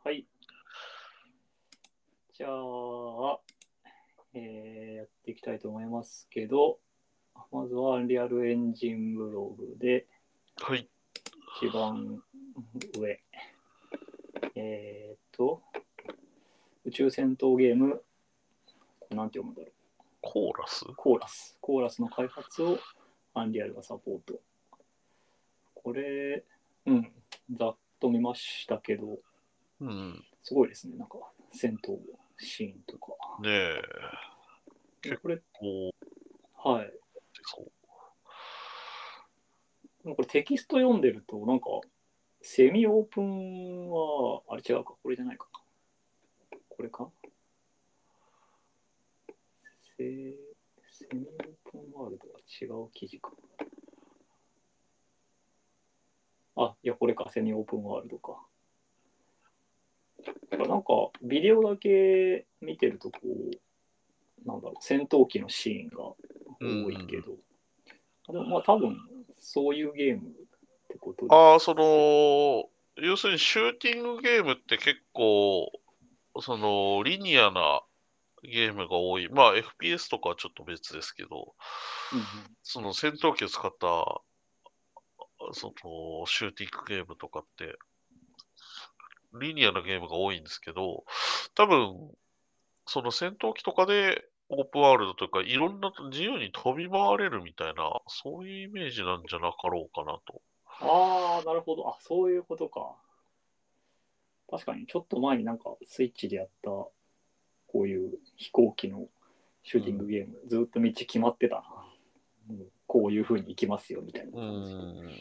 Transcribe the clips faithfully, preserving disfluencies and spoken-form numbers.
はい。じゃあ、えー、やっていきたいと思いますけど、まずはアンリアルエンジンブログで、 はい。 一番上、えーっと、宇宙戦闘ゲーム、なんて読むんだろう。 コーラスコーラス。コーラスの開発をアンリアルがサポート。これ、うん、ざっと見ましたけど、 うん。 すごいですね。なんか、戦闘シーンとか。 ねえ。結これ、 構、 はい。 そう。 これテキスト読んでると、なんか、セミオープンは、あれ違うか、これじゃないか。これかセセミオープンワールドは違う記事か。あ、いや、これか、セミオープンワールドか。なんか、ビデオだけ見てると、こう、なんだろう、戦闘機のシーンが多いけど、でもまあ多分、そういうゲームってことでああ、 す。 その、要するにシューティングゲームって結構、その、リニアなゲームが多い。まあ、エフピーエス とかはちょっと別ですけど、 うんうん、 その戦闘機を使った、その、シューティングゲームとかって、リニアなゲームが多いんですけど、多分、その戦闘機とかで、オープンワールドというか、いろんな自由に飛び回れるみたいな、そういうイメージなんじゃなかろうかなと。 ああ、なるほど。あ、そういうことか。確かに、ちょっと前になんかスイッチでやったこういう飛行機のシューティングうん。 ゲーム、ずっと道決まってたな。うん、こういう風に行きますよみたいなう感じ。 ん。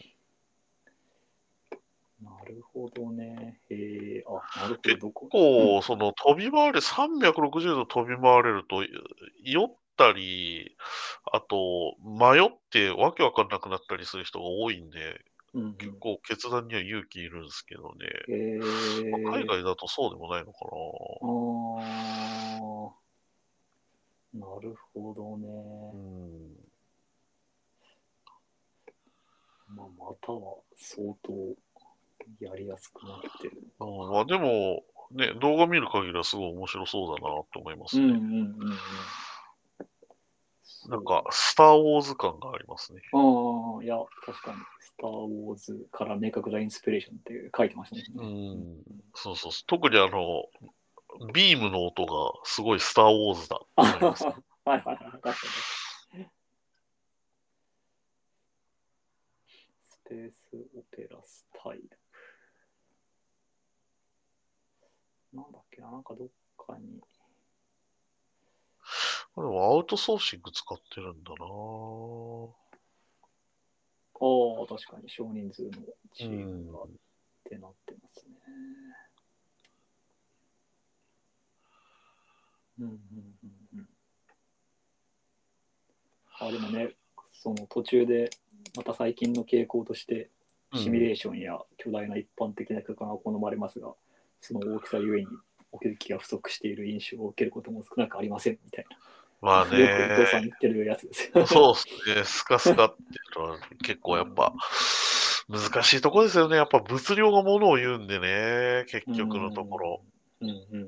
なるほどね。えー、あ、なるほど、 結どこ。うん。 構、その飛び回れ、さんびゃくろくじゅうど飛び回れると、酔ったり、あと、迷ってわけわかんなくなったりする人が多いんで、 うんうん。 結構決断には勇気いるんですけどね。 えまあ、海ー、 外だとそうでもないのかあー、なるほどな。うね。 ん。 まあ、または相当やりやすくなってるのか。 うん、まあでも、ね、動画見る限りはすごい面白そうだなと思いますね。 うんうんうんうん。そう。 なんか、スター・ウォーズ感がありますね。 ああ、いや、確かに、スター・ウォーズから明確なインスピレーションって書いてましたね。 ううん、 ん。そうそうそう。特にあの、ビームの音がすごいスター・ウォーズだってなります。 はいはいはい、確かに。スペースオペラスタイル。なんだっけな、なんかどっかに。 でもアウトソーシング使ってるんだなぁ。 ああ、確かに少人数のうチームがっん。 てなってますね。うんうんうんうん。あ、でもね、その途中で、また最近の傾向として、シミュうん。 レーションや巨大な一般的な空間が好まれますが、その大きさゆえに奥行きが不足している印象を受けることも少なくありませんみたいまあな。よく伊藤ね、 さん言ってるやつですよ。 そうですね。スカスカっていうのは結構やっぱ難しいところですよね。やっぱ物量がものを言うんでね。結うん。 局のところ。 うんうん。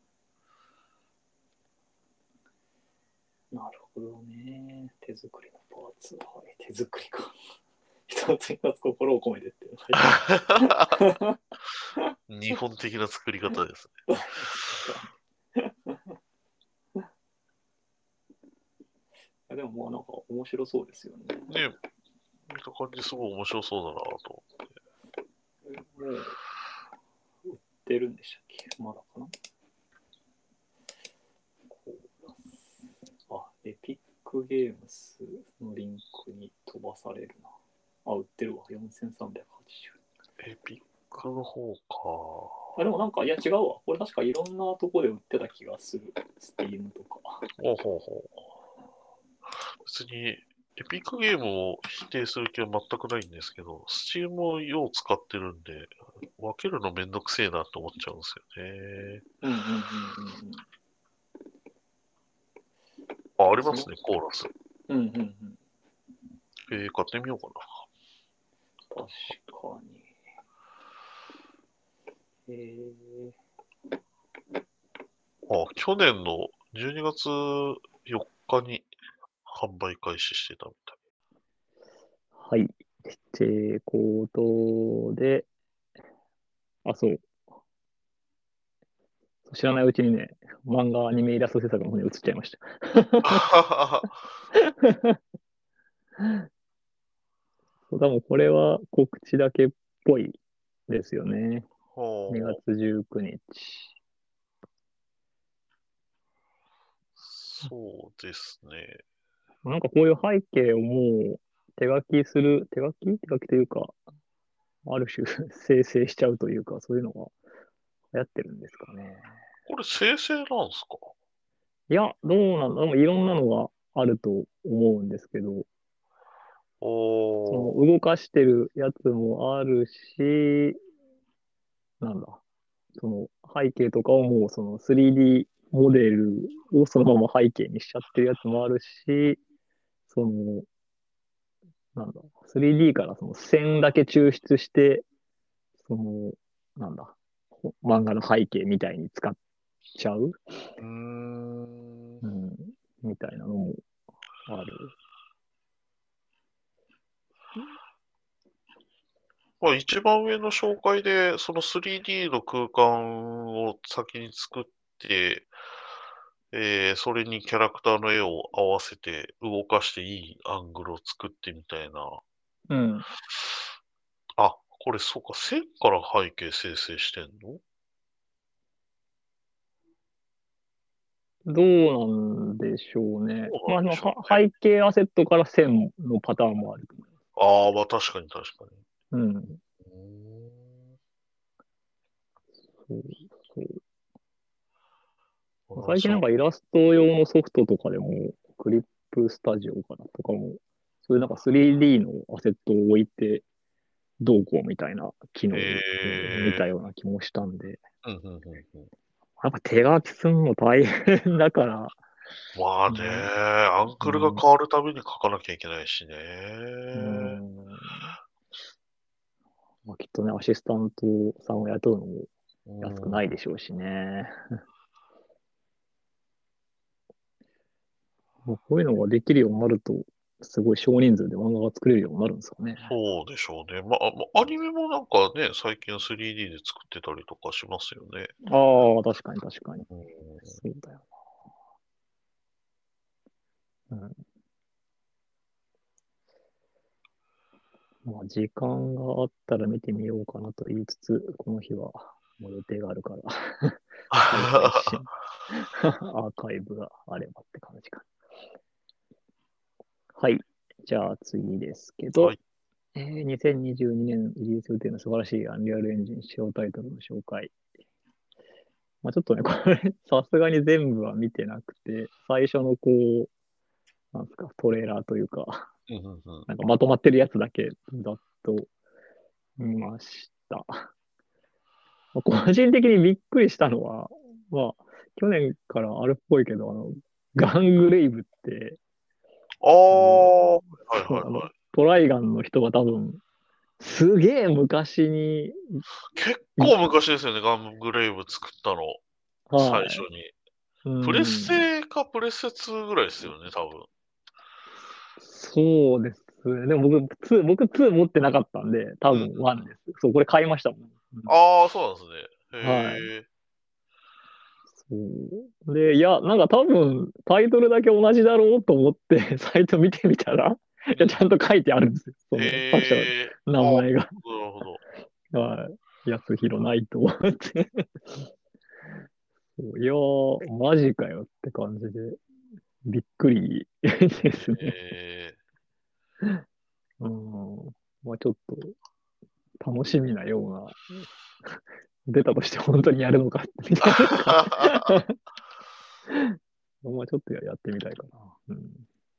なるほどね。手作りのパーツ。はい、手作りか。一つ一つ心を込めてって書いてある。 日本的な作り方ですでもまあなんか面白そうですよね。 ね。ね、見た感じすごい面白そうだなと。 もう売ってるんでしたっけ、まだかな。あ、エピックゲームスのリンクに飛ばされるな。あ、売ってるわ。よんせんさんびゃくはちじゅう。 エピックの方か。 あ、でもなんか、いや違うわ。これ確かいろんなとこで売ってた気がする。スティームとか。 ほうほうほう。別に、エピックゲームを否定する気は全くないんですけど、スチームをよう使ってるんで、分けるのめんどくせえなって思っちゃうんですよね。 うんうんうんうんうん。 あ、ありその、 ますね、コーラス。 うんうんうん。 えー、買ってみようか確かに。 えあ、去年のじゅうにがつよっかに販売開始してたみたい。 はい。ってことで、あ、そう。知らないうちにね、漫画、アニメ、イラスト制作の方に移っちゃいました。そう、多分これは告知だけっぽいですよね。2 ほう、 月じゅうくにち。 そうですね。 なんかこういう背景をもう手書きする、手書き手書きというか、ある種生成しちゃうというか、そういうのが流行ってるんですかね。 これ生成なんですか？ いや、どうなんだ。でもいろんなのがあると思うんですけど、そのおー、 動かしてるやつもあるし、なんだ、その背景とかをもうその スリーディー モデルをそのまま背景にしちゃってるやつもあるし、その、なんだ、スリーディー からその線だけ抽出して、その、なんだ、ほ漫画の背景みたいに使っちゃう、 うーん。 うん、みたいなのもある。 まあ、一番上の紹介で、その スリーディー の空間を先に作って、えーそれにキャラクターの絵を合わせて動かしていいアングルを作ってみたいな。 うん。 あ、これそうか、線から背景生成してんの？ どうなんでしょうね。 そうなんでまあ、そのしょうね。 は背景アセットから線のパターンもあると思います。 ああ、まあ確かに確かに。 うん。 うーん、 そうそうああ、じゃあ、 最近なんかイラスト用のソフトとかでも、クリップスタジオかなとかも、そういうなんか スリーディー のアセットを置いてどうこうみたいな機能を見ええたような気もしたんで、 ー、うんうんうんうん。 やっぱ手書きするの大変だから、 まあね、 うん、 アンクルがうん、 変わるたびに書かなきゃいけないしね。 うん、まあ、きっとね、アシスタントさんを雇うのもう安くん。 ないでしょうしね。まあこういうのができるようになると、すごい少人数で漫画が作れるようになるんですかね。 そうでしょうね。まあ、まあアニメもなんかね、最近 スリーディー で作ってたりとかしますよね。 ああ、確かに確かに。 うん、 そうだよな。うん。まあ、時間があったら見てみようかなと言いつつ、この日はもう予定があるから再配信アーカイブがあればって感じかな。はい。じゃあ次ですけど、 はい。 えー、にせんにじゅうにねんリリース予定の素晴らしいアンリアルエンジン使用タイトルの紹介。まあ、ちょっとね、これ、さすがに全部は見てなくて、最初のこう、なんですか、トレーラーというか、 うんうんうん。 なんかまとまってるやつだけだと見ました。まあ個人的にびっくりしたのは、まあ、去年からあるっぽいけど、あの、ガングレイブって、 ああ、 あの、 はいそう、あの、 はいはい。 トライガンの人が多分、すげえ昔に、 結構昔ですよね、ガングレイブ作ったの。最初はい、 に。 うプレスん、 テかプレステツーぐらいですよね、多分。 そうですね。でも僕、に、僕に持ってなかったんで、多うんうんうん。 分いちです。そう、これ買いましたもん。 ああ、そうなんですね。 うん、はい。 へえ。 そう。で、いや、なんか多分、タイトルだけ同じだろうと思ってサイト見てみたら、いや、ちゃんうん。 と書いてあるんですよ。その作者のへえ。ああ、 名前が。 なるほど。 はい。安弘ないと思って。そういやー、マジかよって感じで、びっくりですね。 へえ。 うん。まあちょっと楽しみなような、出たとして本当にやるのかみたいな感じ。まあちょっとやってみたいかな。うん。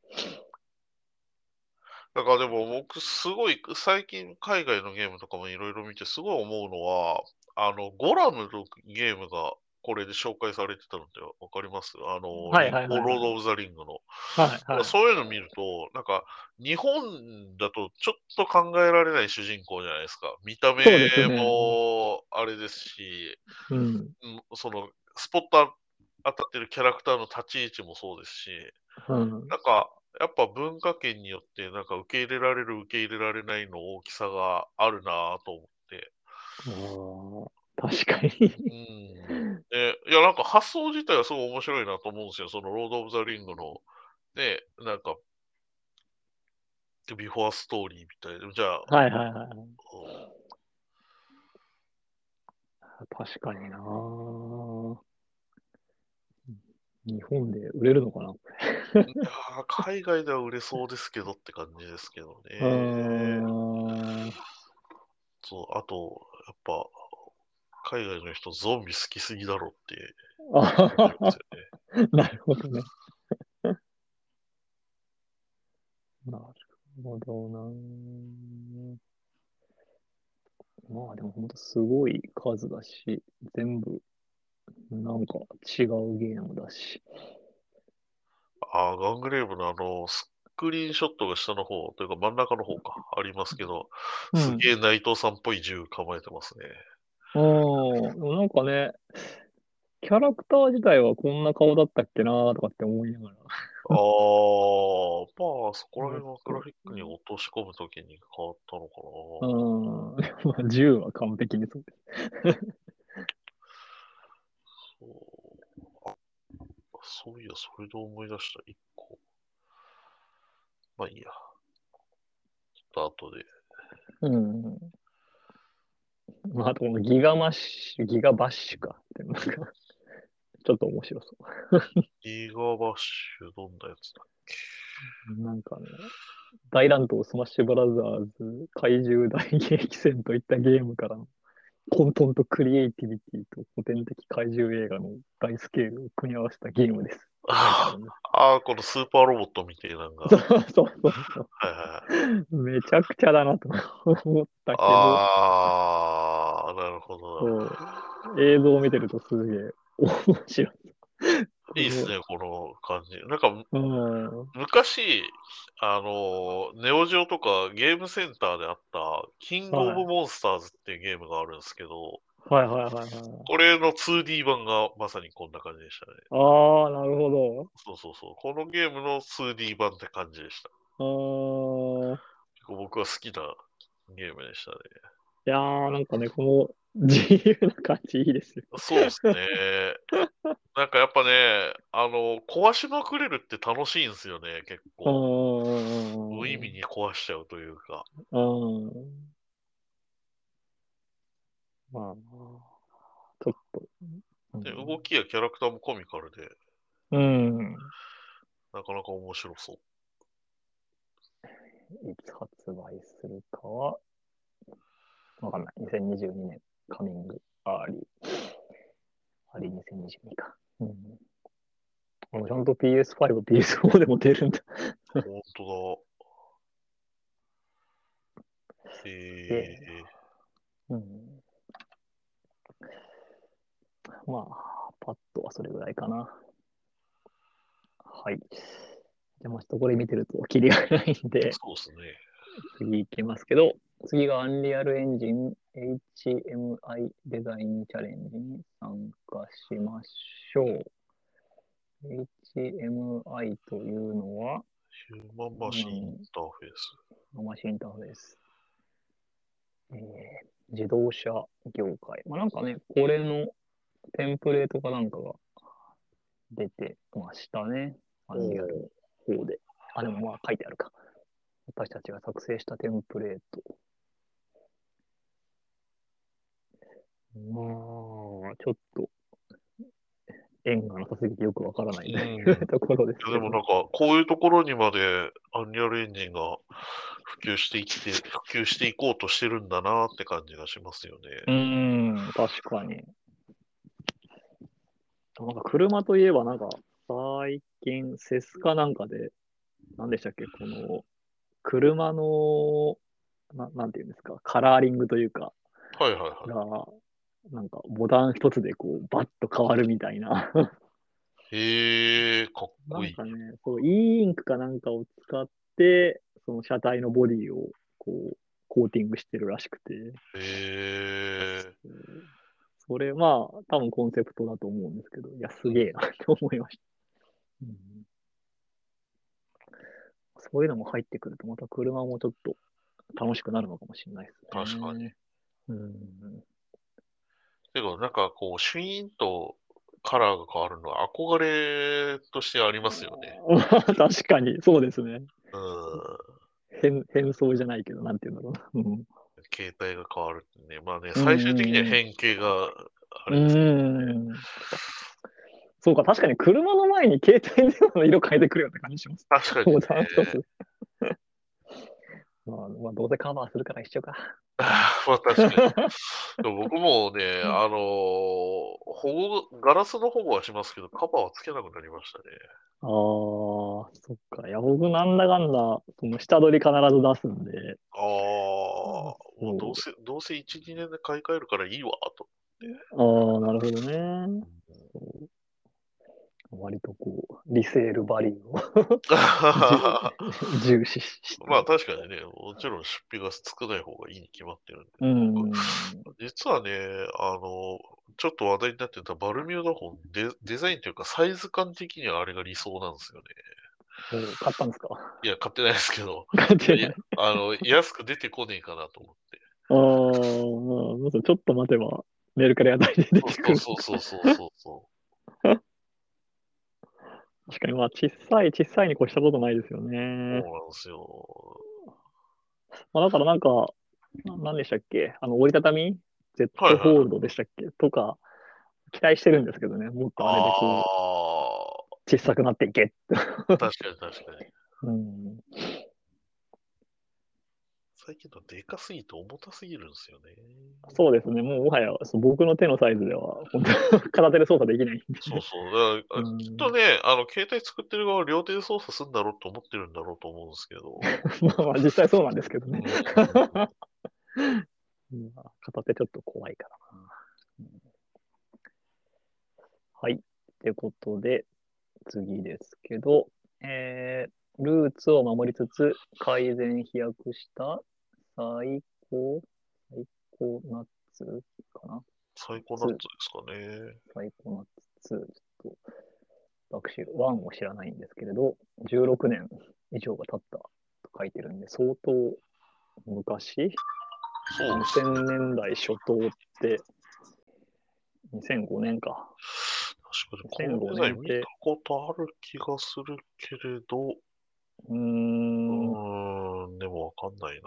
だからでも僕すごい最近海外のゲームとかもいろいろ見てすごい思うのは、あの、ゴラムのゲームがこれで紹介されてたのってわかります？あの、 はいリはいはいはい。 ロード・オブ・ザ・リングの。 はいはい。 そういうの見ると、なんか、日本だとちょっと考えられない主人公じゃないですか。見た目そうですね。 もあれですし、 うん。 うん、その、スポット当たってるキャラクターの立ち位置もそうですし、 うん。 なんか、やっぱ文化圏によって、なんか受け入れられる、受け入れられないの大きさがあるなぁと思って。 ああ、確かうに。 ん。え、いや、なんか発想自体はすごい面白いなと思うんですよ。そのロード・オブ・ザ・リングの、ね、なんか、ビフォーストーリーみたいな。じゃあ、 はいはいはい。 うん確かにな。日本で売れるのかな、これ。 いやー、海外では売れそうですけどって感じですけどうね。 ーん。 そう、あと、やっぱ、海外の人ゾンビ好きすぎだろってあ気になりますはは、 よね。 なるほどね。なるほどな。まあでも本当すごい数だし、全部なんか違うゲームだし。 ああ、ガングレーブのあの、スクリーンショットが下の方というか真ん中の方か、ありますけど、すうん。 げえ内藤さんっぽい銃構えてますね。 うん。でもなんかね、キャラクター自体はこんな顔だったっけなとかって思いながら。 ああ、まあ、そこらやっ辺はグラと。 フィックに落とし込むときに変わったのかうな。 ん。まあじゅうは完璧にそうです。 そうそういや、それで思い出した。一個。まあいいや。ちょっと後で。 うん。まあ、あとこのギガマッシュ、ギガバッシュかって、なんか、ちょっと面白そギガバッシュ、どんなやつだ。 う。なんかね、大乱闘スマッシュブラザーズ、怪獣大激戦といったゲームからの混沌とクリエイティビティと古典的怪獣映画の大スケールを組み合わせたゲームです。って書いてああるんです。 あ、このスーパーロボットみたいなのが。 そうそうそうそはいはいはい。 う。めちゃくちゃだなと思ったけど、 ああ、なるほどな。 そう、映像を見てるとすげえ面白い。この、 いいっすね、この感じ。なんか、むうん。 昔、あの、ネオジオとかゲームセンターであった、キングオブはい。 モンスターズっていうゲームがあるんですけど、 はいはいはいはい。 これの ツーディー 版がまさにこんな感じでしたね。 ああ、なるほど。 そうそうそう。このゲームの ツーディー 版って感じでした。 あー、 結構僕は好きなゲームでしたね。 いやー、なんかね、この自由な感じいいですよ。 そうですね。なんかやっぱね、あの、壊しまくれるって楽しいんですよね、結う構。無意ーん。 味に壊しちゃうというか。 うん。まあ、ちょっと、うで、 ん。 動きやキャラクターもコミカルで、 うん。 なかなか面白そう。 いつ発売するかは、わかんない。にせんにじゅうにねん、カミング、アーリー、アーリーにせんにじゅうにか。うん。あちゃんと ピーエスファイブ、ピーエスフォー でも出るんだ。 ほんとだ。えすげえー、 な。うん。まあ、パッとはそれぐらいかな。はい。じゃあ、まあ、ちょっとこれ見てるとキリがないんで、 そうですね。 次行きますけど、次がアンリアルエンジン エイチエムアイ デザインチャレンジに参加しましょう。エイチエムアイ というのは、 ヒューマンマシンインなん、 ターフェース。 マシンインターフェース。えー自動車業界。まあ、なんかね、これのテンプレートかなんかが出てましたね。アおンリアルー、 の方で。あ、でもまあ書いてあるか。私たちが作成したテンプレート。まあ、ちょっと縁がなさすぎてよくわからないというん。いうところですや、 けど。 でもなんか、こういうところにまでアンリアルエンジンが普及していって、普及していこうとしてるんだなって感じがしますよね。 うーん、確かに。なんか車といえばなんか、最近、セスかなんかで、何でしたっけ、この、車の、な、なんていうんですか、カラーリングというか、 はいはいはい。 が、 なんかボタン一つでこう、バッと変わるみたいな。 へえ、かっこいい。 なんかね、そう、e インクかなんかを使って、その車体のボディをこう、コーティングしてるらしくて、 へえ、 うんそれ、まあ、多分コンセプトだと思うんですけど、いや、すうん、 げえなって思いました。うん、そういうのも入ってくると、また車もちょっと楽しくなるのかもしれないです確かに。 ね。うん。 けど、なんかこう、シュイーンとカラーが変わるのは憧れとしてありますよね。 確かに、そうですね。 うん。 変、変装じゃないけど、なんて言うんだろうな。うん。 携帯が変わるってね。まあね、 う最終的にはん。 変形があうれですけどね。 ん。そうか、確かに車の前に携帯電話の色変えてくるような感じします。 確かにね。 ボタン一つ。まあ、まあ、どうせカバーするから一緒か。 まあ確かに。でも僕もね、あの保護、ガラスの保護はしますけど、カバーはつけなくなりましたね。 ああ、そっか。いや、僕なんだかんだ、その下取り必ず出すんで、 ああ、もうどうそせ、どうせいち、にねんで買い替えるからいいわ、と思って。 う。ああ、なるほどね。そう割とこう、リセールバリューを重重視して。 まあ確かにね、もちろん出費が少ない方がいいに決まってるんで。 う僕、 ん。 実はね、あの、ちょっと話題になってたバルミューダフォン、デ、デザインというかサイズ感的にはあれが理想なんですよね。 お買ったんですか？ いや、買ってないですけど、いや、 買ってない。 あの、安く出てこねえかなと思って。 ああ、まあ、ちょっと待てば、メルカリあたりで出てくる。 そうそうそうそうそうそ確かに、まあ、小さい、小さいに越したことないですよう。 ね。 そうなんですよ。 まあ、だからなんか、な何でしたっけあの、折りたたみはい ?Z はいはい。 ホールドでしたっけとか、期待してるんですけどね。もっとあれでこう、 あ小さくなっていけって。 あ、確かに確かに。 うん、 最近のでかすぎて重たすぎるんですよね。 そうですね。もうもはや、そう僕の手のサイズでは、本当片手で操作できないんで。 そうそう。だから、 うあきっとん、 ね、あの、携帯作ってる側は両手で操作するんだろうと思ってるんだろうと思うんですけど。 まあまあ、実際そうなんですけどね。 うん。 うん片手ちょっと怖いからな。うんはい。ということで、次ですけど、えー、ルーツを守りつつ改善飛躍した最高、最高ナッツかなサイコナッツツー、 ですかね。 最高ナッツツー、ちょっと私、ワンを知らないんですけれど、じゅうろくねん以上が経ったと書いてるんで、相当昔、 そうですね。 にせんねんだい初頭ってにせんごねんか。 確かにこ 2005 のデザイン見た年って、 ことある気がするけれど、 うーうん、 ーん、でもわかんないな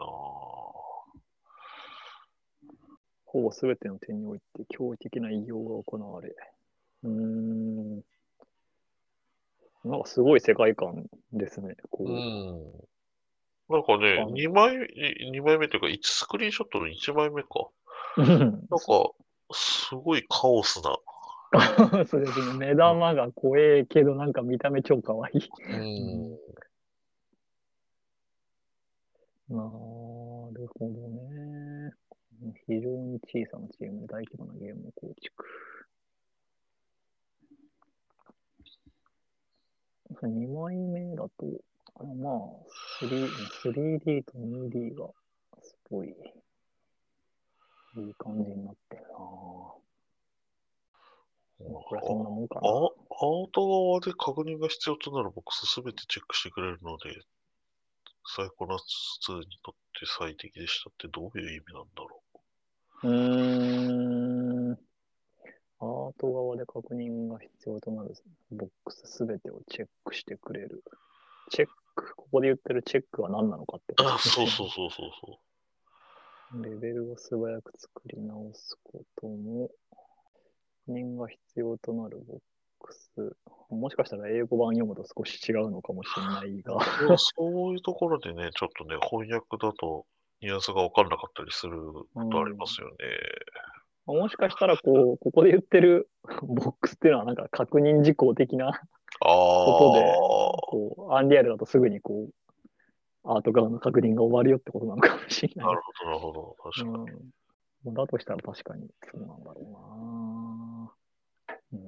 ほぼ全ての点において驚異的な偉業が行われ、うーん、なんかすごい世界観ですね。 うこん。なんかう、 ね、 あの、 にまい、にまいめというか、いちスクリーンショットのいちまいめか。 うんなんか、すごいカオスな。 そうですね。目玉が怖えけど、なんか見た目超可愛い。 ううん、 ん。 なるほどね。非常に小さなチームで大規模なゲームを構築。にまいめだと、あまあ、スリー、スリーディー と ツーディー がすごいいい感じになってるな。まあ、これはそんなもんかあ、 な。 あアウト側で確認が必要となるボックスすべてチェックしてくれるので、サイコナッツツーにとって最適でしたってどういう意味なんだろうーん。アート側で確認が必要となるボックスすべてをチェックしてくれる。チェック、ここで言ってるチェックは何なのかってう。 こあ、 とですよね。 そうそうそうそうそレベルを素早く作り直すことも、確認が必要となるボックス。もしかしたら英語版読むと少し違うのかもしれないが。 う。そうそういうところでね、ちょっとね、翻訳だとニュアンスが分かんなかったりするこうとありまん、 すよね。 もしかしたらこう、ここで言ってるボックスっていうのはなんか確認事項的なあことで、 あ、 こう、アンリアルだとすぐにこう、アート側の確認が終わるよってことなのかもしれない。 なるほど、なるほど。確かうん。 だとしたら確かにそうなんだろうな。うん、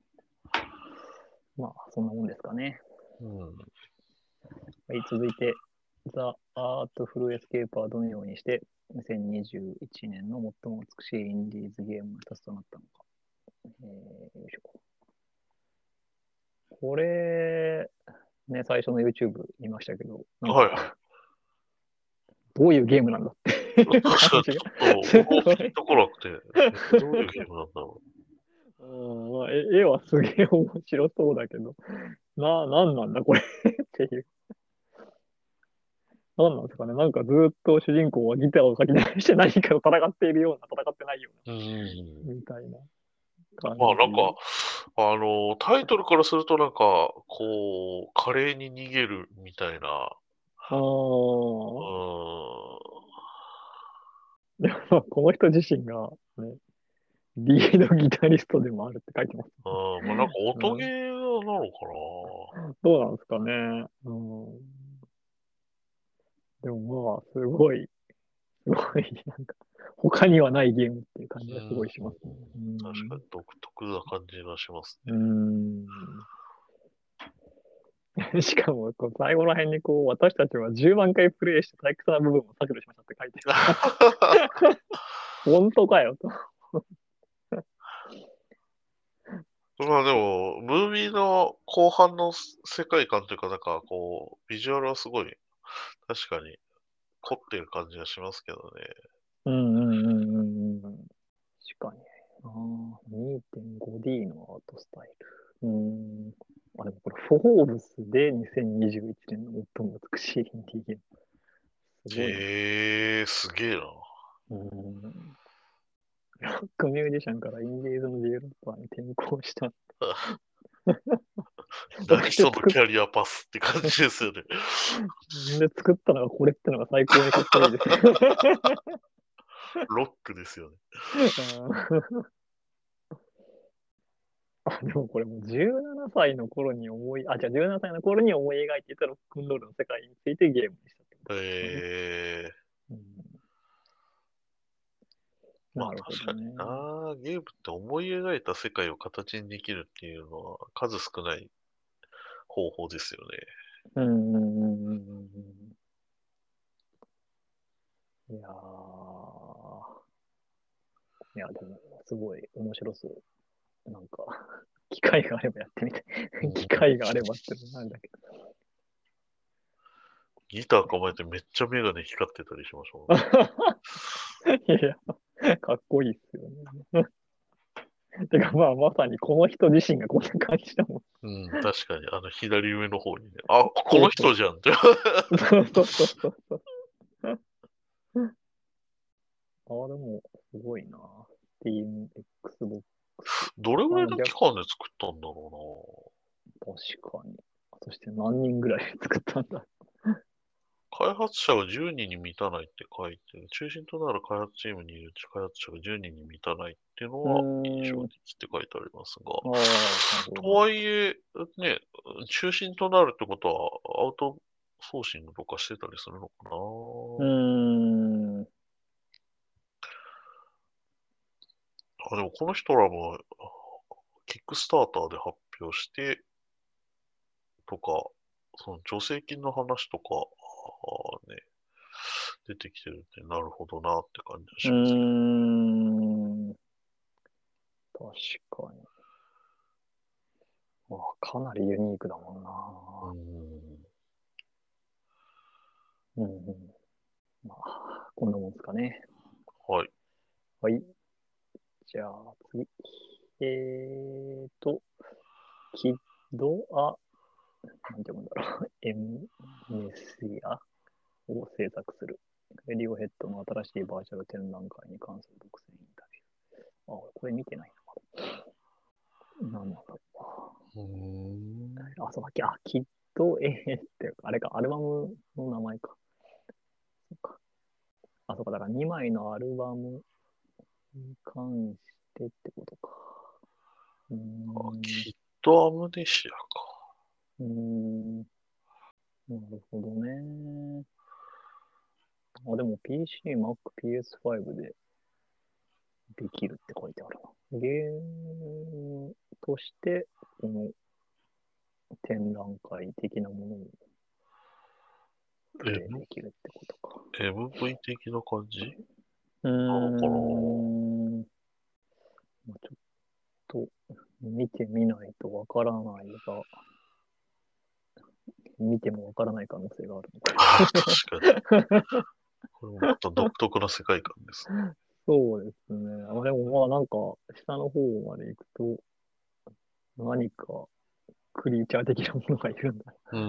まあ、そんなもんですかね。 うん。 はい、続いて、ザ・アートフルエスケープはどのようにしてにせんにじゅういちねんの最も美しいインディーズゲームの一つとなったのか。えー、よいしょ。これ、ね、最初の YouTube 見ましたけど、なんはいはい。 か、どういうゲームなんだって確かに感じがちょっと、僕もピンとこなくて、えどういうゲームなんだろうん、まあ、絵絵はすげえ面白そうだけど、な、なんなんだこれっていう。なんなんですかね。なんかずっと主人公はギターをかき鳴らして何かと戦っているような、戦ってないよう。ううな、 ん。 みたいな感まあなんか、 じ。 あの、タイトルからするとなんか、こう、華麗に逃げるみたいな、 ああ、 うでもまあこの人自身がね、リードギタリストでもあるって書いてます。 ーん、うん、まあなんか音ゲうん、 ーなのかどうなんですかね。うん、でもまあ、すごい、すごい、なんか、他にはないゲームっていう感じな。うがすごん、 いしますね。う確かん。 に独特な感じがしますうん。しかも、こう最後ら辺にこう、私たちはじゅうまん回プレイして退屈な部分を削除しましたって書いてね。 ある。本当かよと。 まあでも、ムービーの後半の世界観というか、なんかこう、ビジュアルはすごい、確かに凝ってる感じがしますけどね。 うんうんうんうんうん。確かに。ああ、にてんごディー のアートスタイル。うん。あ、でもこれ、フォーブスでにせんにじゅういちねんの最も美しいインディーゲーム。すごいな。 へえ、すげえな。 うん。ロックミュージシャンからインディーズのディベロッパーに転向した。そ何そのして作っ、 キャリアパスって感じですよね。 で作ったのがこれってのが最高にかっこいいですね。 ロックですよね。 うんあ、でもこれもうじゅうななさいの頃に思い、あ、じゃあじゅうななさいの頃に思い描いていたロックンロールの世界についてゲームにしたってことですかね。 ええ、 うん、 まあなるほど確かにね。 な。ゲームって思い描いた世界を形にできるっていうのは数少ない方法ですよね。 うんうんうんうんうんうん。いやー、いや、でも、すごい面白そう。なんか、機会があればやってみたい。 うん、 機会があればってのなんだけギター構えてめっちゃメガネ光ってたりしましょど。いや、かっこいいっすよね。てか、まあ、まさにこの人自身がこんな感じだもん。 う。うん、確かに、あの左上の方にね、あ、このそうそう。 人じゃんって。 そうそうそうそうそう。ああ、でも、すごいな。Steam、Xbox。 どれぐらいああ、逆、 の期間で作ったんだろ確かに。そして何人ぐらい作ったんだ。 うな。開発者がじゅうにんに満たないって書いてる。中心となる開発チームにいる開発者がじゅうにんに満たないっていうのうは印ーん。 象的って書いてありますが。 ああ、なるほど、 となるほはいえ、ね、中心となるってことはアウトソーシングとかしてたりするのかど。うな。 ーん。 あ、でもこの人らも、キックスターターで発表して、とか、その助成金の話とか、あね、出てきてるって、なるほどなって感じがうーしますけん。確かに。まあ、かなりユニークだもんど。うな。 ん。 うん、うん。まあ、こんなもんですかね。 はい。 はい。じゃあ、次。えーと、キッドア、なんて読むんだろう。エムネシアを制作する。レディオヘッドの新しいバーチャル展覧会に関する独占インタビュー。あ、これ見てないな。なんなんだろうーん。 う。あ、そうだっけ。あ、キッド A って、あれか、アルバムの名前か。そうか。あ、そうか、だからにまいのアルバムに関してってことか。うーあ、 ん、うきっとアムネシアか。 ーん、なるほどね。あ、でも ピーシー、Mac、ピーエスファイブ でできるって書いてあるな。ゲームとして、この展覧会的なものをプレイできるってことか。 エムブイ 的な感じうーなのかな。 ん。まあちょっと見てみないとわからないが、見てもわからない可能性があるのか。 確かに。これもまた独特な世界観ですね。 そうですね。あ、でもまあなんか、下の方まで行くと、何かクリーチャー的なものがいるんだ。 うん。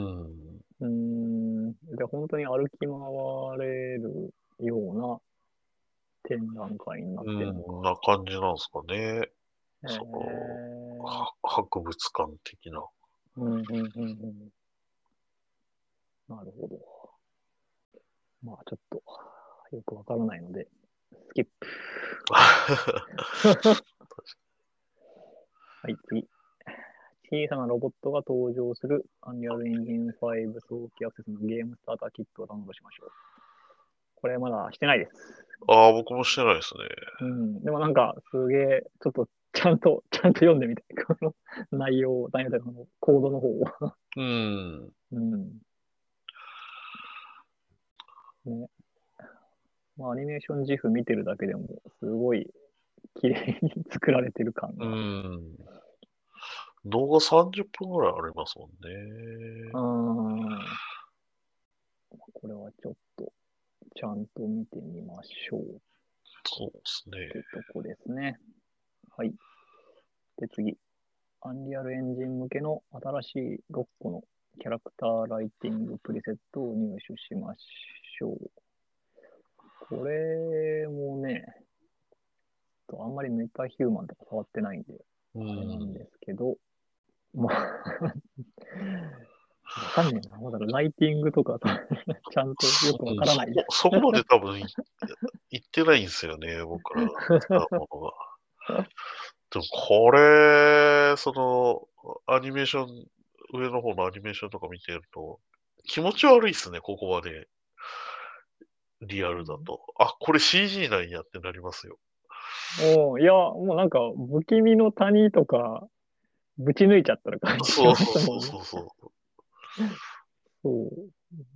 うーん。で、本当に歩き回れるような展覧会になっうん、 てるのか。 な感じなんですかね。 へその、 え。 は博物館的な。 うん、うん、うん、うん。なるほど。まあちょっと、よくわからないので、スキップ。はい、次。小さなロボットが登場する Unreal Engine ファイブ早期アクセスのゲームスターターキットをダウンロードしましょう。これまだしてないです。 ああ、僕もしてないですね。 うん。でもなんか、すげえ、ちょっと、ちゃんと、ちゃんと読んでみたい。この内容、内容というか、このコードの方を。 うん。 うん。ね。まあ、アニメーションジフ見てるだけでも、すごい綺麗に作られてる感うが。 ん。動画さんじゅっぷんぐらいありますもんうね。 ん。これはちょっと、ちゃんと見てみましょうっそうですね。 てとこですね。はい。で、次。アンリアルエンジン向けの新しいろっこのキャラクターライティングプリセットを入手しましょう。これもね、あんまりメタヒューマンとか触ってないんで、 うあれなんでん。 すけど、まあわかんねえな。まだライティングとかさちゃんとよくわうん、 からない。 そこ、そこまで多分い言ってないんですよね、僕らが使うものが。でもこれ、その、アニメーション、上の方のアニメーションとか見てると、気持ち悪いっすね、ここまで。リアルだと。あ、これ シージー なんやってなりますよ。 おいや、もうなんか、不気味の谷とか、ぶち抜いちゃったら感じしまそうそうそうすもんね。 そうそう。 そう。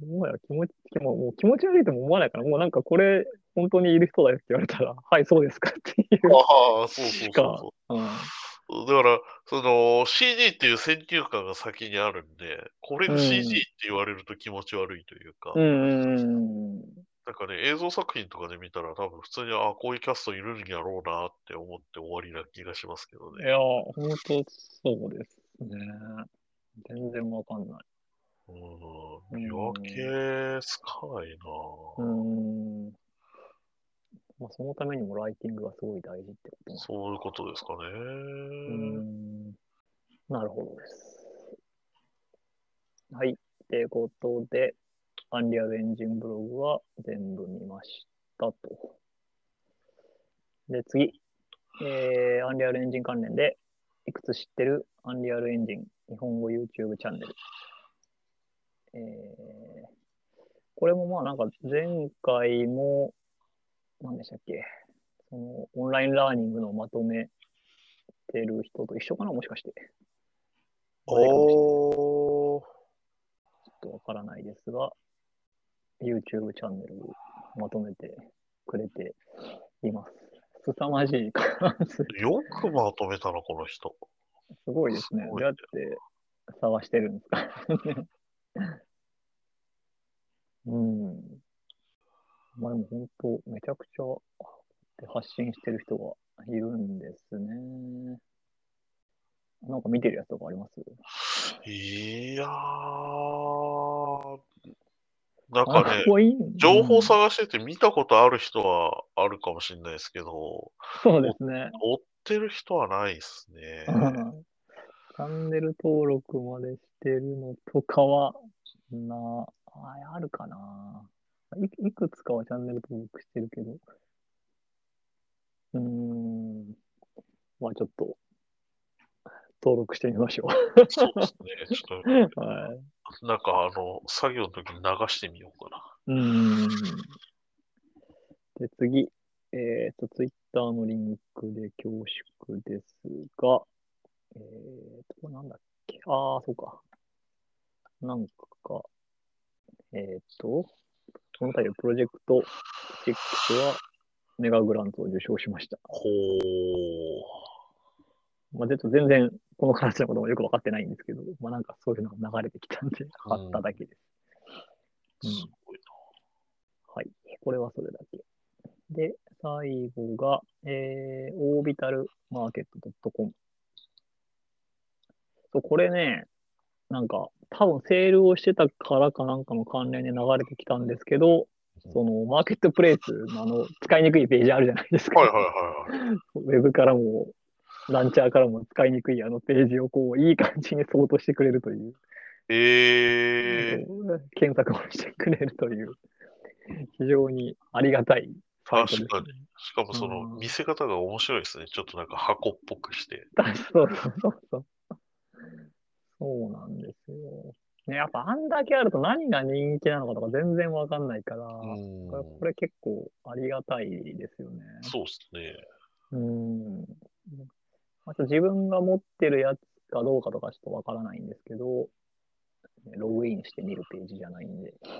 もはや気持ち、もうもう気持ち悪いとも思わないから、もうなんかこれ、本当にいる人だよって言われたら、はい、そうですかっていうああ、そうそうそうしか、 そうん。 う。だから、その シージー っていう先入観が先にあるんで、これが シージーうん。 って言われると気持ち悪いというか、 うん。 なんかね、映像作品とかで見たら多分普通に、あ、こういうキャストいるんやろうなって思って終わりな気がしますけどね。 いや、本当そうですね。全然わかんない。 うーん、 う見分ん。 けつかないなうぁ。 ん。まあ、そのためにもライティングがすごい大事ってことなのそういうこか。 とですかうね。 ん。なるほどです。はい。ということで、アンリアルエンジンブログは全部見ましたと。で、次。えー、アンリアルエンジン関連で、いくつ知ってるアンリアルエンジン日本語 YouTube チャンネル。えー、これもまあなんか前回も、何でしたっけ、そのオンラインラーニングのまとめてる人と一緒かな、もしかして。誰かもしれない。ちおー、 ょっとわからないですが、YouTube チャンネルをまとめてくれています。凄まじい関数。 よくまとめたな、この人。 すごいですね。どうすごい。 やって探してるんですかうん。まあでも本当、めちゃくちゃ発信してる人がいるんですね。なんか見てるやつとかあります？ いやー、なんあ、 かね、 ここいい、 情報うん。 探してて見たことある人はあるかもしれないですけど、 そうでおすね。 追ってる人はないですうね。 ん、チャンネル登録までしてるのとかは、な、あ、あるかな。い、いくつかはチャンネル登録してるけど、うーん、まあちょっと登録してみましょそうですね。ちょっう。はい。 と、なんかあの、作業の時に流してみようかな。 うーん。で、次。 えっと、ツイッターのリンクで恐縮ですが、えっと、これなんだっけ。ああ、そうか。なんか、えっと、この度プロジェクトろくはメガグラントを受賞しました。 ほー。 まあ、ちょっと全然この話のこともよくわかってないんですけど、まあなんかそういうのが流れてきたんで、貼っただけです。うん。 すごいはい。これはそれだけ。で、最後が、えー、オービタルマーケット .com。そう、これね、なんか、多分セールをしてたからかなんかの関連で流れてきたんですけど、その、マーケットプレイスのあの、使いにくいページあるじゃないですか。 な。はいはいはいはい。 ウェブからも、ランチャーからも使いにくいあのページをこう、いい感じにソートしてくれるという、 えー、 こう検索をしてくれるという、非常にありがたいサイト確かに。 ですね。 しかもうそのん。 見せ方が面白いですね。ちょっとなんか箱っぽくして。 そうそうそうそう。そうなんですよ。ね、やっぱあんだけあると何が人気なのかとか全然わかんないから、 うこれ、 ーん。 これ結構ありがたいですよね。 そうですね。 うん。あと自分が持ってるやつかどうかとかちょっとわからないんですけど、ログインして見るページじゃないんで。 うん。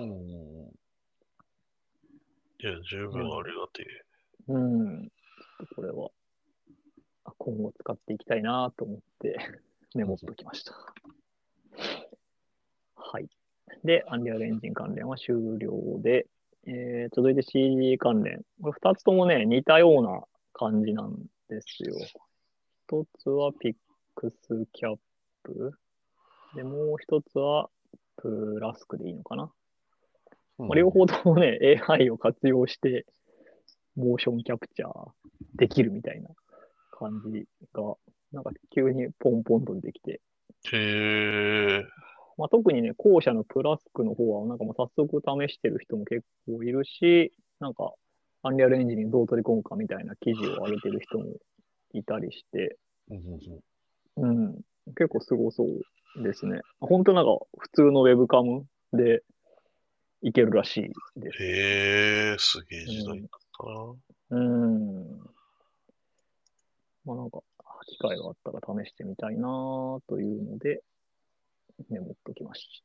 いや、十分なんで、 ありがてえ。 うん。ちょっとこれはあ今後使っていきたいなと思ってメモっときました。はい。で、アンリアルエンジン関連は終了で、えー、続いて シージー 関連。これ二つともね、似たような感じなんですよ。一つはピックスキャップ。で、もう一つはプラスクでいいのかな。まあ、 うん。 両方ともね、エーアイ を活用して、モーションキャプチャーできるみたいな感じが、なんか急にポンポンと出てきて、 へえ。 まあ、特にね、後者のプラスクの方は、なんかもう早速試してる人も結構いるし、なんか、アンリアルエンジンにどう取り込むかみたいな記事を上げてる人もいたりして、 うんうんうんうん、結構すごそうですね。本当なんか、普通のウェブカムでいけるらしいです。 へえ、すげえう時代だっん。 たな。 うん。まあなんか、機会があったら試してみたいなというので、メモっときました。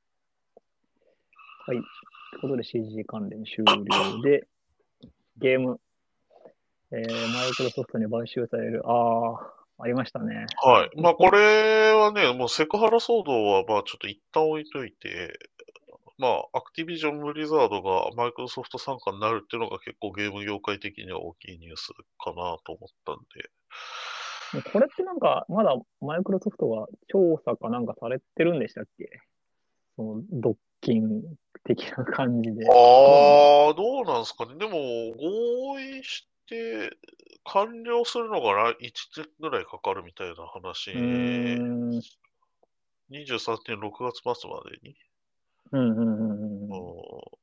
はい。ということで シージー 関連終了で、ゲーム、えー、マイクロソフトに買収される。ああ、ありましたね。 はい。まあ、ここれはね、もうセクハラ騒動は、まあ、ちょっと一旦置いといて、まあ、アクティビジョン・ブリザードがマイクロソフト傘下になるっていうのが結構ゲーム業界的には大きいニュースかなと思ったんで。 これってなんか、まだマイクロソフトが調査かなんかされてるんでしたっけ？その、ドッキン的な感じで。どうなんだろああ、どうなんですかね。でも、合意して完了するのが来いちねんぐらいかかるみたいな話、 う。うーん。 にじゅうさんねんろくがつ末までに。 うん、うん、うん、うん。 うん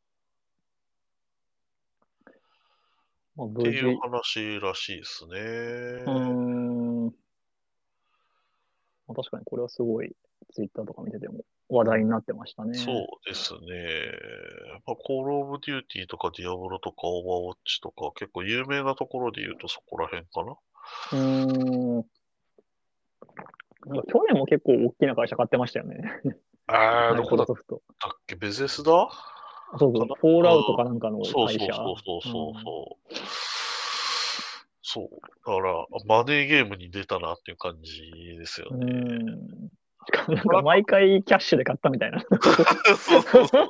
まあ、 っていう無事。 話らしいですうーね。 ん。まあ、確かにこれはすごい、ツイッターとか見てても話うん、 題になってましたね。 そうですね。まあ、コールオブデューティーとかディアブロとかオーバーウォッチとか結構有名なところで言うとそこら辺かな。 うーん。なんか去年も結構大きな会社買ってましたよね。 ああ、 マイどこだっクロソフト。 たっけベゼスダあ、そうそう、 かな。 フォールアウトうん。 かなんかのそうそう会社。 そうそううん。 そうそう。そう。だから、マネーゲームに出たなっていう感じですようね。 ん。しかもなんまあ、なんか、 か毎回キャッシュで買ったみたいな。なんかこそうそうそう。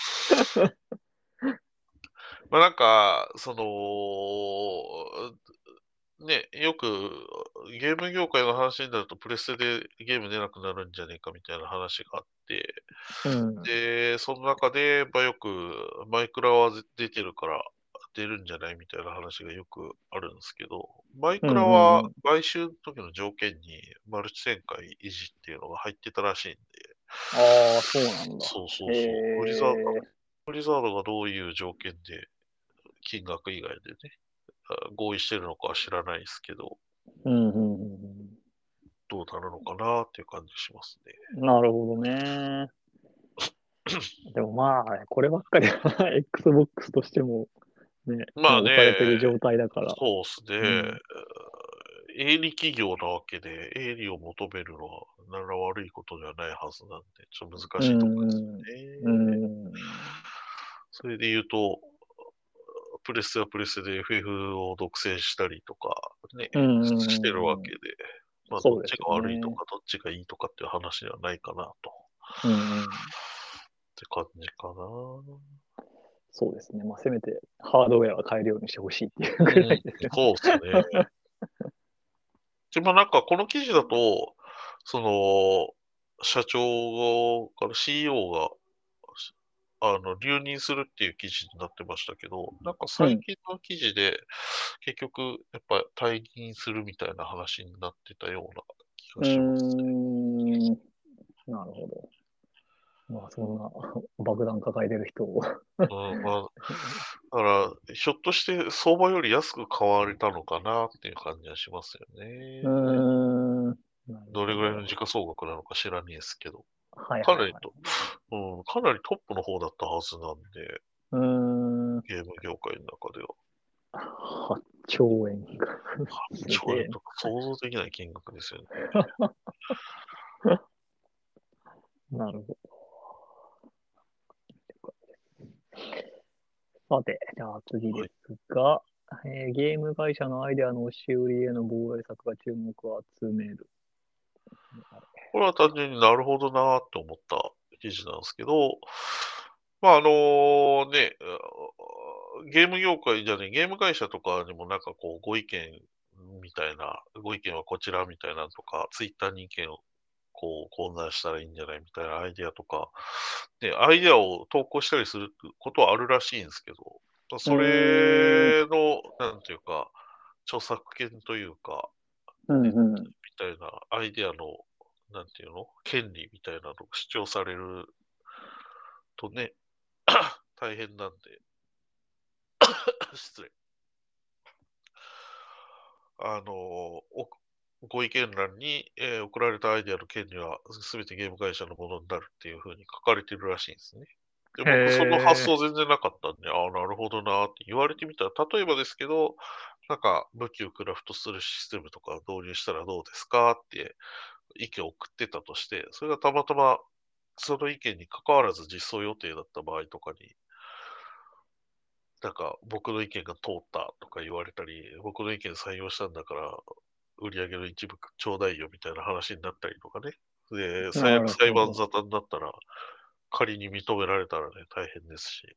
まあなんか、その、ね、よくゲーム業界の話になるとプレステでゲーム出なくなるんじゃねえかみたいな話があって、 う。うん。 で、その中で、まあ、よくマイクラは出てるから出るんじゃないみたいな話がよくあるんですけど、マイうん、 クラうん、 はうん。 買収の時の条件にマルチ展開維持っていうのが入ってたらしいんで、 ああ、そうなんだ。 そうそうへそう、ブリザード、 え。 ブリザードがどういう条件で金額以外でね、あ合意してるのかは知らないですけど、 うん、うん、うん。 どうなるのかなっていう感じしますね。 うん。なるほどね。でもまあ、こればっかりは Xbox としてもね、 まあもう押されてるね、 状態だから。 そうですね。 うん。 営利企業なわけで、営利を求めるのは、なら悪いことではないはずなんで、ちょっと難うしいところですん。うよね。 ん。 それで言うと、プレステはプレステで エフエフ を独占したりとか、ね、 うん。 してるわけうん。 で、まあ、どっそうですちがよね。 悪いとか、どっちがいいとかっていう話ではないかなと。 うん。うん。 って感じかな。 そうですね。まあ、せめてハードウェアは買えるようにしてほしいっていうぐらうん、 いですよね。 そうですね。で、まあなんかこの記事だと、その、社長から シーイーオー が、あの、留任するっていう記事になってましたけど、なんかうん。 最近の記事で、結局、やっぱ退任するみたいな話になってたような気がうーします。 ん。なるほど。まあ、そんな爆弾抱えてる人を。 うん、まあ、だから、ひょっとして相場より安く買われたのかなっていう感じはしますようーね。 ん。なるどれぐらいのほど。 時価総額なのか知らねえですけど。 はいはいはい。 かなりと、うん、かなりトップの方だったはずなんで、 うーん。 ゲーム業界の中では。 はっちょうえんか。すげえ兆円とか想像できない金額ですよね。 な。なるほど。さて、じゃあ次ではい。 すが、えーゲーム会社のアイデアの押し売りへの防衛策が注目を集める。 これは単純になるほどなーって思った記事なんですけど、まあ、あのね、ゲーム業界じゃね、ゲーム会社とかにもなんかこう、ご意見みたいな、ご意見はこちらみたいなのとか、ツイッターに意見をこう、こんなんしたらいいんじゃないみたいなアイデアとか、で、アイデアを投稿したりすることはあるらしいんですけど、 うーそん。 れの、なんていうか、著作権というか、ね、 うんうん。 みたいなアイデアの、なんていうの権利みたいなのが主張されるとね、大変なんで、失礼。あの、おご意見欄に、えー送られたアイデアの権利は全てゲーム会社のものになるっていうふうに書かれてるらしいんですね。で、 へ僕その発え。 想全然なかったんで、ああ、なるほどなーって言われてみたら、例えばですけど、なんか武器をクラフトするシステムとか導入したらどうですかって意見を送ってたとして、それがたまたまその意見に関わらず実装予定だった場合とかに、なんか僕の意見が通ったとか言われたり、僕の意見採用したんだから売り上げの一部ちょうだいよみたいな話になったりとかね。で、裁なる裁ほど。 判沙汰になったら、仮に認められたらね、大変ですし。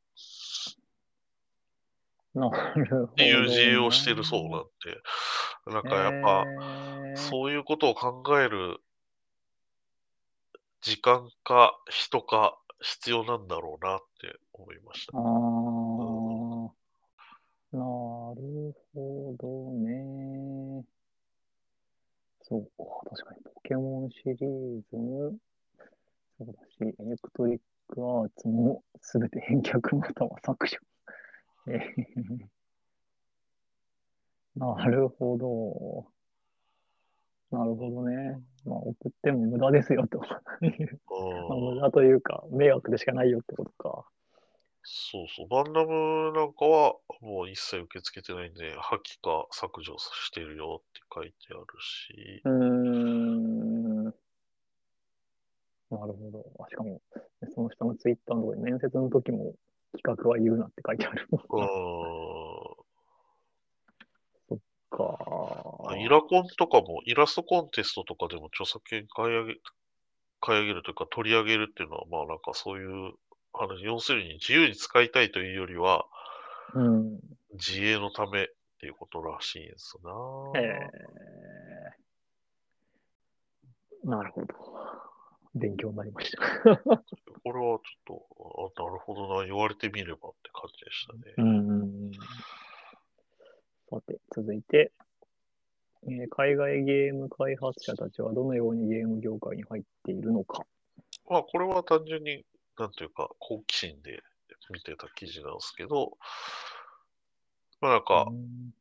なるっていほどう自由をしてるそうなな。 んで、なんへかやっぱ、 え。 そういうことを考える時間か人か必要なんだろうなって思いました。 あうん、 あ、なるほどね。そうか、確かにポケモンシリーズも、そうだし、エレクトリックアーツもすべて返却または削除。えーなるほど。なるほどね。まあ、送っても無駄ですよと。まあ、無駄というか、迷惑でしかないよってことか。 そうそう。バンダムなんかはもう一切受け付けてないんで、破棄か削除してるよって書いてあるし、 うーん、なるほど。あしかも、その下のツイッターのところに面接の時も企画は言うなって書いてあるもんうな。 ーそっん、イか。 ラコンとかも、イラストコンテストとかでも著作権買い上げ、買い上げるというか取り上げるっていうのは、まあなんかそういう話、要するに自由に使いたいというよりは、 うん。 自衛のためっていうことらしいんですな。 えー、なるほど。勉強になりました。 これはちょっと、あ、なるほどな、言われてみればって感じでしたね。 うん。さて、続いて、えー海外ゲーム開発者たちはどのようにゲーム業界に入っているのか。 まあこれは単純に、なんていうか、好奇心で見てた記事なんですけど、まあなんうか、 ん。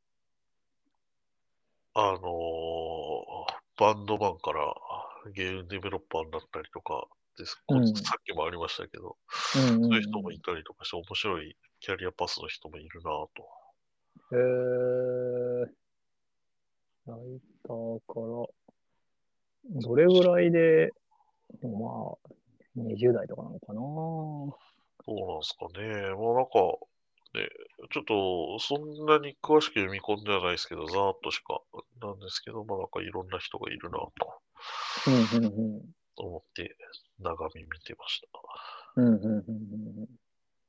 あのーバンドマンからゲームデベロッパーになったりとかです。こうん。 さっきもありましたけど、 うん。 そういう人うん。 もいたりとかして面白いキャリアパスの人もいるなぁと。 えー、ライターから、どれぐらいで、でもまあ、にじゅう代とかなのかな。 どうなんですかね。まあなんか、ね、ちょっとそんなに詳しく読み込んではないですけど、ざーっとしかなんですけど、まあなんかいろんな人がいるなとうん、うん、うん。 思って眺め見てました。 うん、うん、うんうん。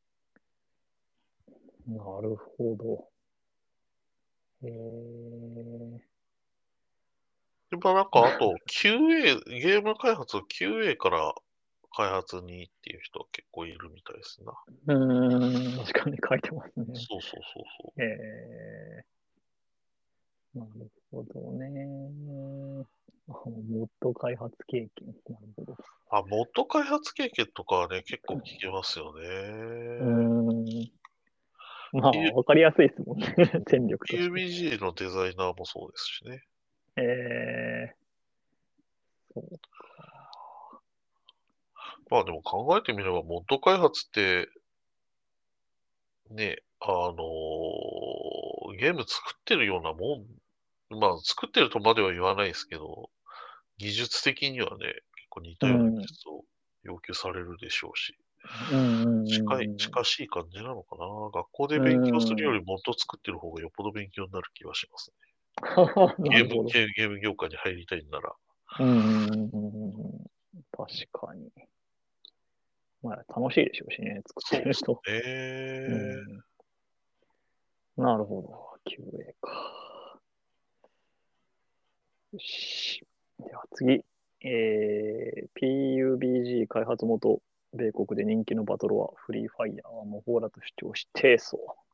なるほど。えー、 で、まあなんかあと キューエー、ゲーム開発を キューエー から開発にっていう人は結構いるみたいですな。 うーん、確かに書いてますね。 そうそうそうそう。 えー、なるほどね。あ、モッド開発経験。なるほど。 あ、モッド開発経験とかはね、結構聞けますようね。 ーん。まあ、 P- わかりやすいですもんね。戦力として。 ピーユービージー のデザイナーもそうですしね。 えー、そうか。 まあでも考えてみれば、モッド開発ってね、あのーゲーム作ってるようなもん、まあ作ってるとまでは言わないですけど、技術的にはね、結構似たような技うん。 術を要求されるでしょうし、 うん近い、 うん近しい感じなのかな。学校でう勉強すんうん。うん。 るよりモッド作ってる方がよっぽど勉強になる気がしますね。 なゲーム、 るほど。 ゲームゲーム業界に入りたいんなら。 うんうんうんうんうん。確かに。まあ、楽しいでしょうしね、作っそうですてると。うね。 ん。なるほど。キューエー か。よし。では次。えー、ピーユービージー 開発元、米国で人気のバトルはフリーファイヤーは模倣だと主張し提訴。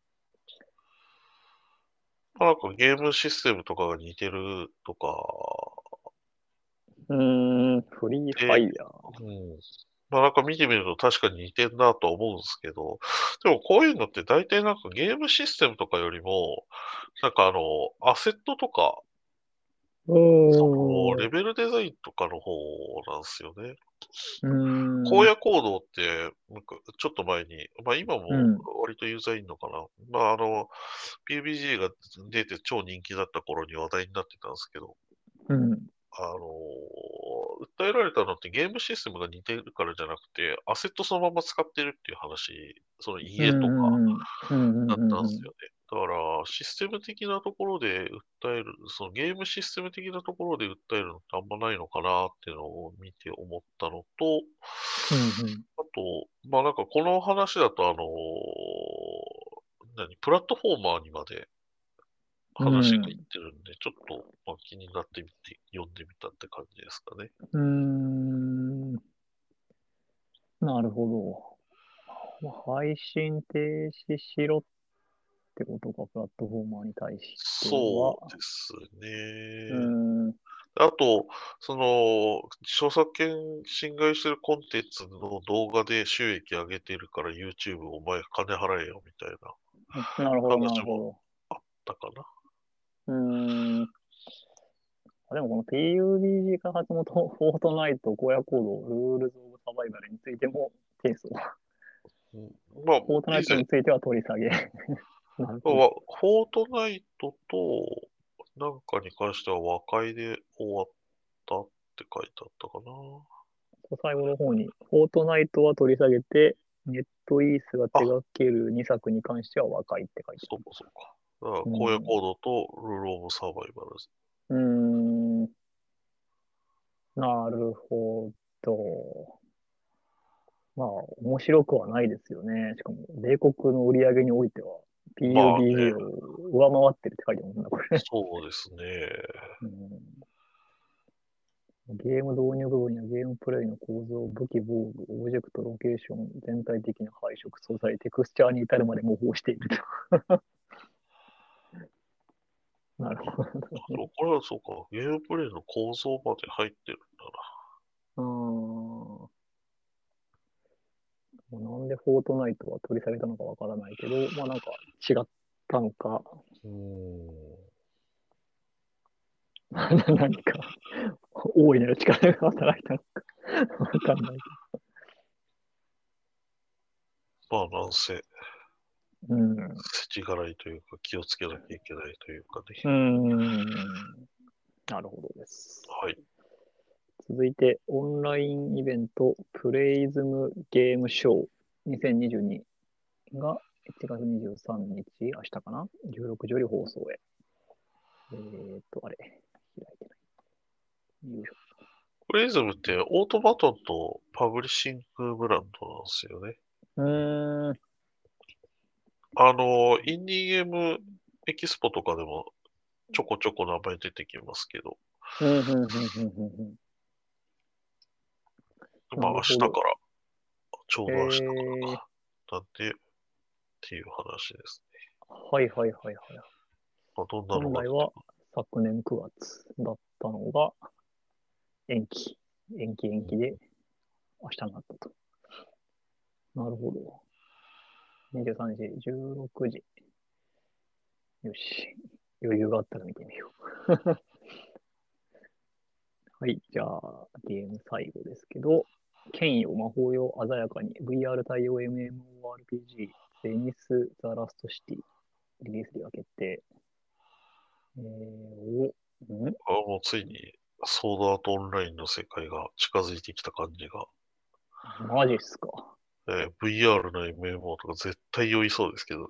まあなんかゲームシステムとかが似てるとかうーん、フリーファで、 イヤー。 うん。まあなんか見てみると確かに似てんなとは思うんですけど、でもこういうのって大体なんかゲームシステムとかよりも、なんかあの、アセットとか、 うその、 ーん。 レベルデザインとかの方なんですよね。 うーん。 荒野行動って、なんかちょっと前に、まあ今もうん。 割とユーザーいるのかな。まああの、ピーユービージー が出て超人気だった頃に話題になってたんですけど、 うん。 あの、訴えられたのってゲームシステムが似てるからじゃなくて、アセットそのまま使ってるっていう話、そのうん。 家とかうん。うん。 だっうん。うん。 たんですよね。だから、システム的なところで訴える、そのゲームシステム的なところで訴えるのってあんまないのかなっていうのを見て思ったのと、 うん。 あと、まあなんかこの話だとあの、何、プラットフォーマーにまでう話がいっん。 てるんで、ちょっと、まあ、気になってみて、読んでみたって感じですかね。 うん。なるほど。配信停止しろってことか、プラットフォーマーに対しては。 そうですうね。 ん。 あと、その、著作権侵害してるコンテンツの動画で収益上げてるから YouTube お前金払えよみたいななるほど、なる話もほあったかな。 ど。うん。あ、でもこの ピーユービージー 開発元、フォートナイト、荒野行動、ルールズ・オブ・サバイバルについても提訴。 うん、まあ、 フォートナイト以前、 については取り下げ。なるほど。 はフォートナイトとなんかに関しては和解で終わったって書いてあったかな。 最後の方に、フォートナイトは取り下げて、ネットイースが手あ、 掛けるにさくに関しては和解って書いてそうかそうか。だからある。 荒野行動とルールオブサバイバルです。 うん。うーん。なるほど。まあ、面白くはないですよね。しかも、米国の売り上げにおいては、 まあね、 ピーユービージー を上回ってるって書いてますね、これ。 そうですね。 うん、ゲーム導入部分やゲームプレイの構造、武器、防具、オブジェクト、ロケーション、全体的な配色、素材、テクスチャーに至るまで模倣していると。なるほどね。 そうこれはそうか。ゲームプレイの構造まで入ってるんだうーん。なんでフォートナイトは取り下げたのかわからないけど、まあなんか違ったのか、 な。うーん。 何か大いなる力が働いたのかわかんないけまあ、なんせ。 うん。 世知辛いというか気をつけなきゃいけないというかね。 うん。なるほどです。 はい。 続いて、オンラインイベント、プレイズムゲームショーにせんにじゅうにがいちがつにじゅうさんにち、明日かな ?じゅうろくじより放送へ。えーっと、あれ、開いてない。よいしょ。 プレイズムってオートバトンとパブリッシングブランドなんですよね。 うーん。 あの、インディーゲームエキスポとかでもちょこちょこ名前出てきますけど、 うん、うん、うん、うん、うん。 まあ明なるほど。 日から、ちょうえど明日かー、 らなんでっていう話ですね。 はいはいはいはい。 まあ、どんなの本来はが出てくる。 昨年くがつだったのが延期。延期延期で明日になったと。なるほど。にじゅうさんじ、じゅうろくじ。よし。余裕があったら見てみよう。はい。じゃあ、ゲーム最後ですけど、剣よ魔法よ鮮やかに ブイアール 対応 エムエムオーアールピージー ベニス・ザ・ラストシティリリース日が決定。えー、お、んあ、もうついにソードアートオンラインの世界が近づいてきた感じが、 マジっすか。 えー ブイアール の エムエムオー とか絶対酔いそうですけどね。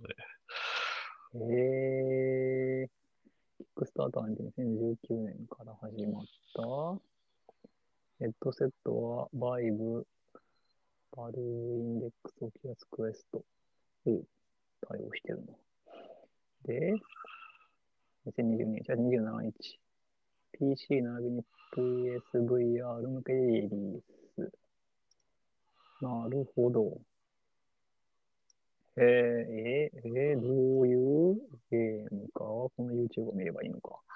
えー、キックスターターにせんじゅうきゅうねんから始まったヘッドセットはバイブ、バルーインデックス、オキュラスクエストを対応してるの。で、にせんにじゅうにねんしがつにじゅうしちにち、ピーシー 並びに ピーエスブイアール 向けでリリース。なるほど。えー、えー、えー、どういうゲームかはこの YouTube を見ればいいのか。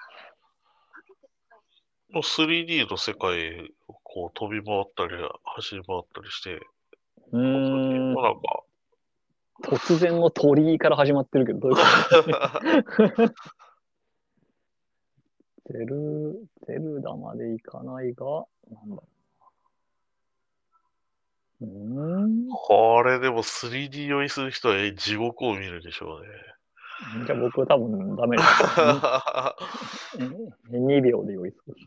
もう スリーディー の世界をこう飛び回ったり走り回ったりして、 う本当にーん、 もうなんか、 突然の鳥居から始まってるけど、どういうことゼル、ゼルダまでいかないが、なんだろう。うーん。 これでも スリーディー 酔いする人はえ地獄を見るでしょうね。 じゃあ僕多分ダメですね。に、えにびょうで用意する。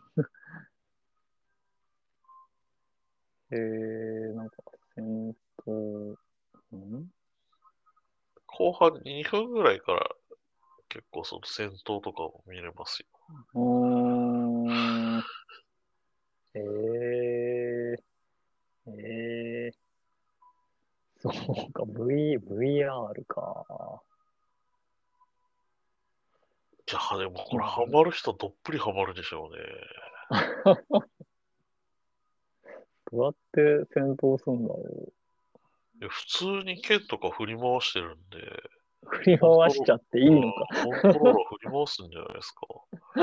えー、なんか戦闘、ん後半にふんぐらいから結構その戦闘とかも見れますよ。 うーん。えー、えー、そうか、V、ブイアール か。 いや、でもこれなるハマる人どっぷりハマるでしょうね。 どうやって戦闘するんだろいや普通に剣とか振り回してるんで、 う。振りコントロ回しちゃっていーラー、 いのか。 コントローラー振り回すんじゃないですか。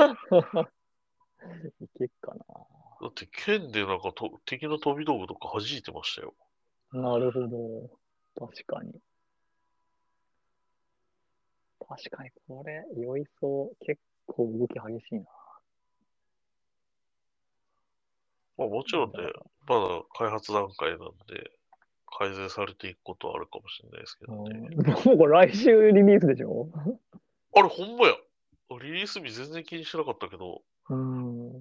いけっかだって剣でなんかと敵の飛び道具とか弾いてましたよ。 な。なるほど。確かに。確かに、これ、酔いそう。結構動き激しいな。 まあもちろんね、 じゃあ、 まだ開発段階なんで、改善されていくことはあるかもしれないですけどね。 うん、でもこれ来週リリースでしょ？ あれ、ほんまや。リリース日全然気にしてなかったけど、 うん。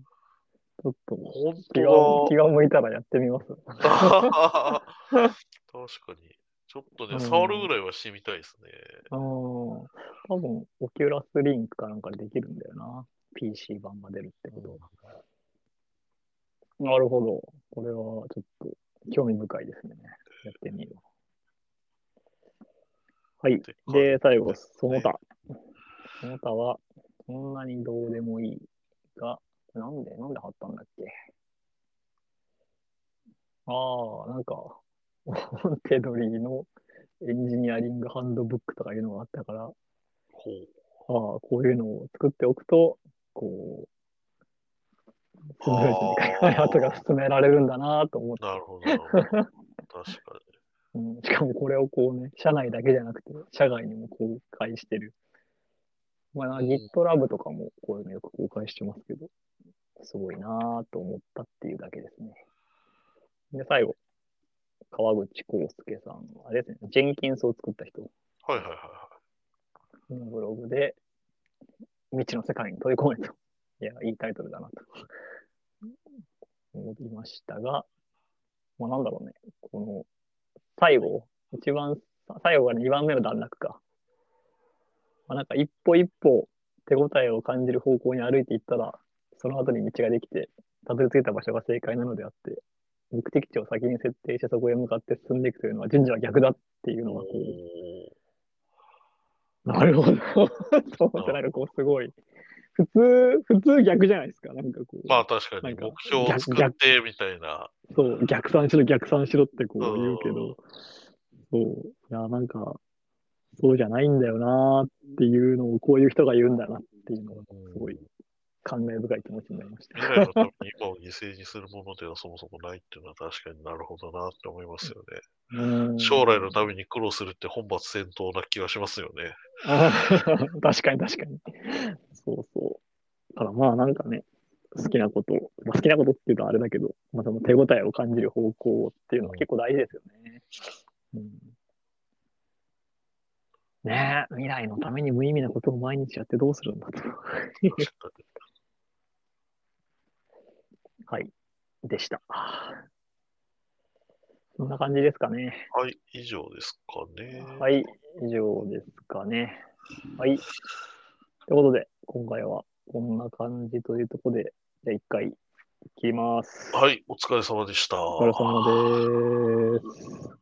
ちょっと本気が、気当が向いたらやってみます。 だ。確かに。ちょっとね、触るうん。うん。 ぐらいはしてみたいですね。 多分、オキュラスリンクかなんかでできるんだよな。ピーシー 版が出るってことは。なるほど。これはちょっと興味深いですね。やってみよう。はい。 って感で、最後、 じですね。 その他。その他は、そんなにどうでもいいが、なんで、なんで貼ったんだっけ？ああ、なんか、テドリーのエンジニアリングハンドブックとかいうのがあったから、ああ、 ほう。 こういうのを作っておくと、こう、スムーズに開発があ進められるんだなと思っあ、なて。 るほど、なるほど。確かに。 うん、しかもこれをこうね、社内だけじゃなくて、社外にも公開してる。まあ、 うん、 GitLab とかもこういうのよく公開してますけど、すごいなと思ったっていうだけですね。で、最後、川口康介さん。あれですね、ジェンキンスを作った人。 はいはいはいはそのブログで未知の世界に飛び込めと。いや、いいタイトルだなと思いましたが、まあ、なんだろうね。この最後、一番、最後がにばんめの段落か。まあ、なんか一歩一歩手応えを感じる方向に歩いていったら、その後に道ができて、たどり着いた場所が正解なのであって、目的地を先に設定してそこへ向かって進んでいくというのは順序は逆だっていうい。 のがこおう、なるほどと思ー、 って、なんかなるほど。 こうすごい、普通、普通逆じゃないですか。なんかこう、 まあ確かなんかに目標を逆、逆、 作ってみたいな。 そう、逆算しろ、逆算しろってうこう言うけど、 ん。 そう、いや、なんか、そうじゃないんだよなっていうのをこういう人が言うんだなっていうのが、すごいうん感慨深い気持ちになりまし未来のたた。 めに今を犠牲にするものではそもそもないっていうのは確かになるほどなって思いますよね。 うー将来のん。 ために苦労するって本末転倒な気はしますよね。 あ確かに確かに。そうそう。だからまあなんかね、好きなことを、まあ、好きなことっていうとあれだけど、まあ、その手応えを感じる方向っていうのはうん、 結構大事ですよね。うん、ねえ、未来のために無意味なことを毎日やってどうするんだと。 確かに。 はい。でした。そんな感じですかね。 はい、以上ですかね。 はい。以上ですかね。はい。ということで、今回はこんな感じというところで、じゃあ一回切ります。 はい、お疲れ様でした。 お疲れ様です。